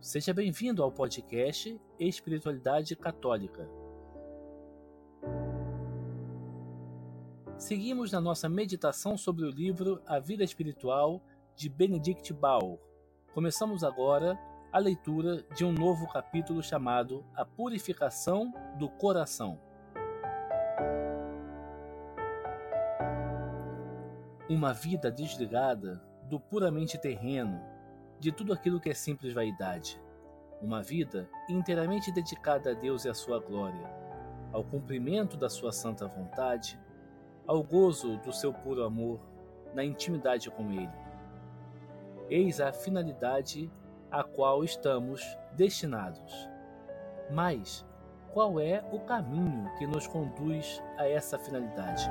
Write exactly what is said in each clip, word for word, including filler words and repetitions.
seja bem-vindo ao podcast Espiritualidade Católica. Seguimos na nossa meditação sobre o livro A Vida Espiritual de Benedict Bauer. Começamos agora a leitura de um novo capítulo chamado A Purificação do Coração. Uma vida desligada do puramente terreno, de tudo aquilo que é simples vaidade. Uma vida inteiramente dedicada a Deus e à sua glória, ao cumprimento da sua santa vontade, ao gozo do seu puro amor, na intimidade com Ele. Eis a finalidade a qual estamos destinados. Mas qual é o caminho que nos conduz a essa finalidade?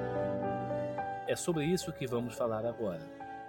É sobre isso que vamos falar agora.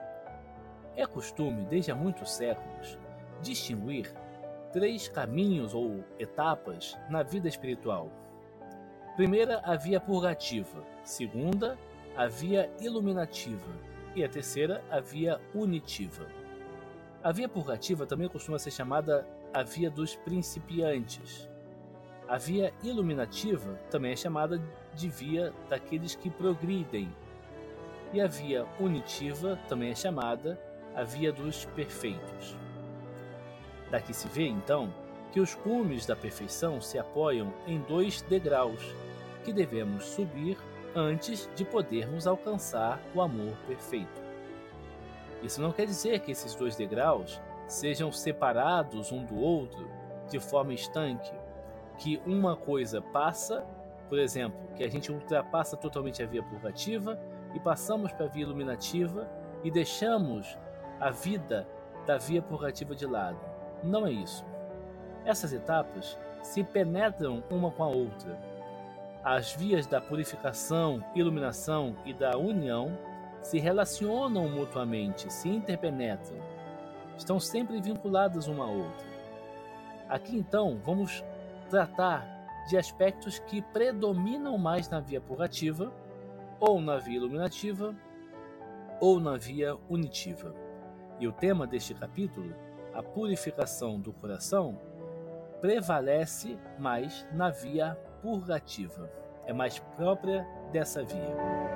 É costume, desde há muitos séculos, distinguir três caminhos ou etapas na vida espiritual. Primeira, a via purgativa. Segunda, a via iluminativa. E a terceira, a via unitiva. A via purgativa também costuma ser chamada a via dos principiantes. A via iluminativa também é chamada de via daqueles que progridem. E a via unitiva também é chamada a via dos perfeitos. Daqui se vê, então, que os cumes da perfeição se apoiam em dois degraus que devemos subir antes de podermos alcançar o amor perfeito. Isso não quer dizer que esses dois degraus sejam separados um do outro de forma estanque, que uma coisa passa, por exemplo, que a gente ultrapassa totalmente a via purgativa e passamos para a via iluminativa e deixamos a vida da via purgativa de lado. Não é isso. Essas etapas se penetram uma com a outra. As vias da purificação, iluminação e da união se relacionam mutuamente, se interpenetram, estão sempre vinculadas uma à outra. Aqui então vamos tratar de aspectos que predominam mais na via purgativa, ou na via iluminativa, ou na via unitiva. E o tema deste capítulo, a purificação do coração, prevalece mais na via purgativa, é mais própria dessa via.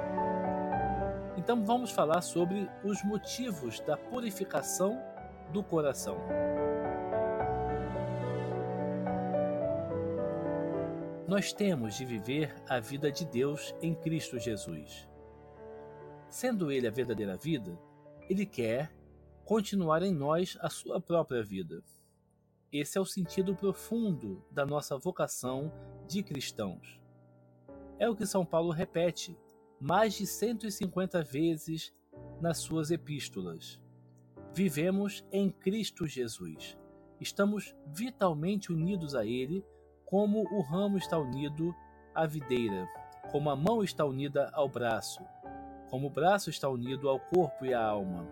Então vamos falar sobre os motivos da purificação do coração. Nós temos de viver a vida de Deus em Cristo Jesus. Sendo Ele a verdadeira vida, Ele quer continuar em nós a sua própria vida. Esse é o sentido profundo da nossa vocação de cristãos. É o que São Paulo repete mais de cento e cinquenta vezes nas suas epístolas. Vivemos em Cristo Jesus. Estamos vitalmente unidos a Ele, como o ramo está unido à videira, como a mão está unida ao braço, como o braço está unido ao corpo e à alma.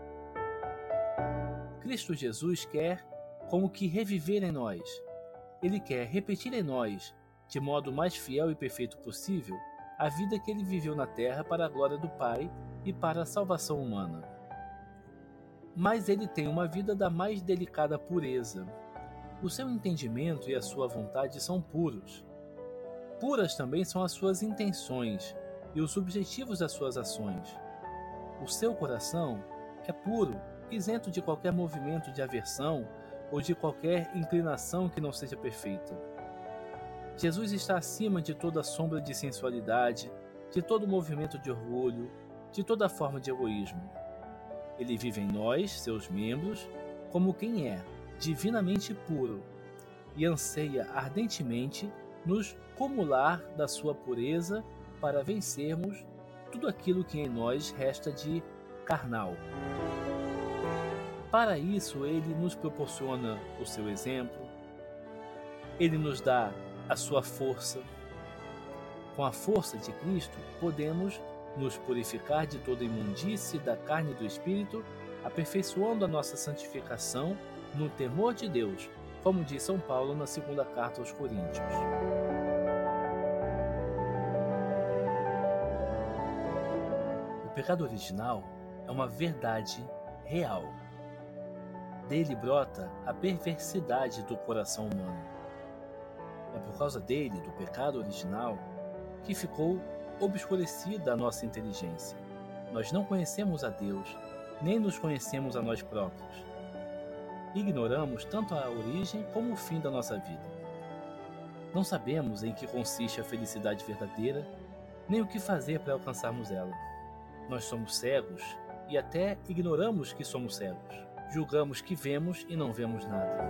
Cristo Jesus quer como que reviver em nós. Ele quer repetir em nós, de modo mais fiel e perfeito possível, a vida que ele viveu na terra para a glória do Pai e para a salvação humana. Mas ele tem uma vida da mais delicada pureza. O seu entendimento e a sua vontade são puros. Puras também são as suas intenções e os objetivos das suas ações. O seu coração é puro, isento de qualquer movimento de aversão ou de qualquer inclinação que não seja perfeita. Jesus está acima de toda sombra de sensualidade, de todo movimento de orgulho, de toda forma de egoísmo. Ele vive em nós, seus membros, como quem é, divinamente puro, e anseia ardentemente nos cumular da sua pureza para vencermos tudo aquilo que em nós resta de carnal. Para isso, ele nos proporciona o seu exemplo, ele nos dá a sua força. Com a força de Cristo, podemos nos purificar de toda imundície da carne e do espírito, aperfeiçoando a nossa santificação no temor de Deus, como diz São Paulo na segunda carta aos Coríntios. O pecado original é uma verdade real. Dele brota a perversidade do coração humano. É por causa dele, do pecado original, que ficou obscurecida a nossa inteligência. Nós não conhecemos a Deus, nem nos conhecemos a nós próprios. Ignoramos tanto a origem como o fim da nossa vida. Não sabemos em que consiste a felicidade verdadeira, nem o que fazer para alcançarmos ela. Nós somos cegos e até ignoramos que somos cegos. Julgamos que vemos e não vemos nada.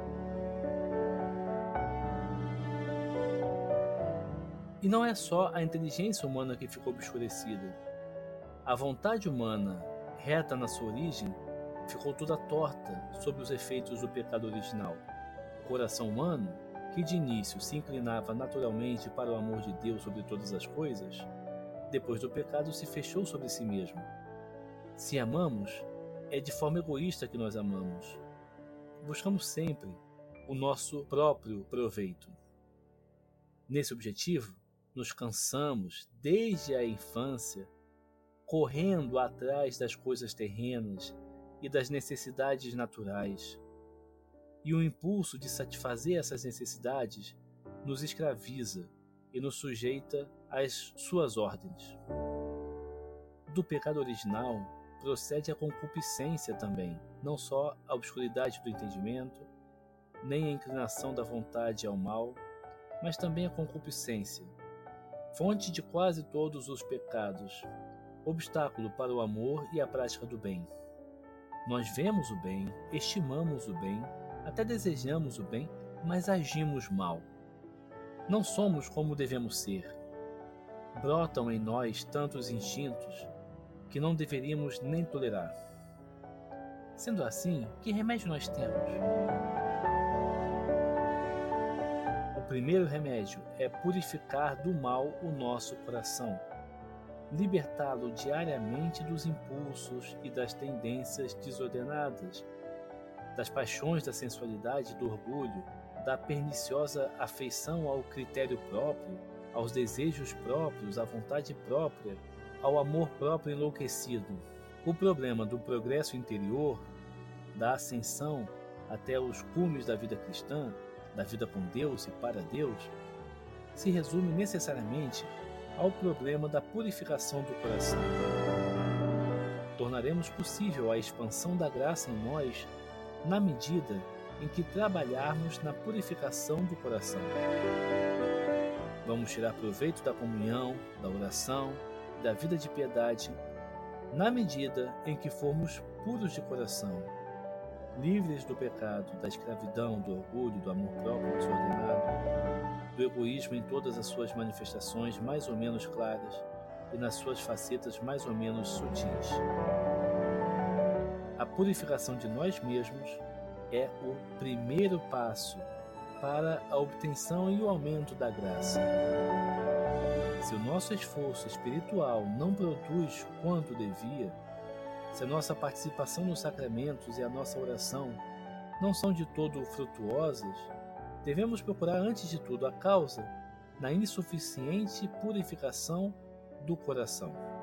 E não é só a inteligência humana que ficou obscurecida. A vontade humana, reta na sua origem, ficou toda torta sob os efeitos do pecado original. O coração humano, que de início se inclinava naturalmente para o amor de Deus sobre todas as coisas, depois do pecado se fechou sobre si mesmo. Se amamos, é de forma egoísta que nós amamos. Buscamos sempre o nosso próprio proveito. Nesse objetivo, nos cansamos desde a infância, correndo atrás das coisas terrenas e das necessidades naturais. E o impulso de satisfazer essas necessidades nos escraviza e nos sujeita às suas ordens. Do pecado original procede a concupiscência também, não só a obscuridade do entendimento, nem a inclinação da vontade ao mal, mas também a concupiscência, fonte de quase todos os pecados, obstáculo para o amor e a prática do bem. Nós vemos o bem, estimamos o bem, até desejamos o bem, mas agimos mal. Não somos como devemos ser. Brotam em nós tantos instintos que não deveríamos nem tolerar. Sendo assim, que remédio nós temos? O primeiro remédio é purificar do mal o nosso coração, libertá-lo diariamente dos impulsos e das tendências desordenadas, das paixões da sensualidade e do orgulho, da perniciosa afeição ao critério próprio, aos desejos próprios, à vontade própria, ao amor próprio enlouquecido. O problema do progresso interior, da ascensão até os cumes da vida cristã, da vida com Deus e para Deus, se resume necessariamente ao problema da purificação do coração. Tornaremos possível a expansão da graça em nós na medida em que trabalharmos na purificação do coração. Vamos tirar proveito da comunhão, da oração, da vida de piedade, na medida em que formos puros de coração, livres do pecado, da escravidão, do orgulho, do amor próprio desordenado, do egoísmo em todas as suas manifestações mais ou menos claras e nas suas facetas mais ou menos sutis. A purificação de nós mesmos é o primeiro passo para a obtenção e o aumento da graça. Se o nosso esforço espiritual não produz quanto devia, se a nossa participação nos sacramentos e a nossa oração não são de todo frutuosas, devemos procurar antes de tudo a causa na insuficiente purificação do coração.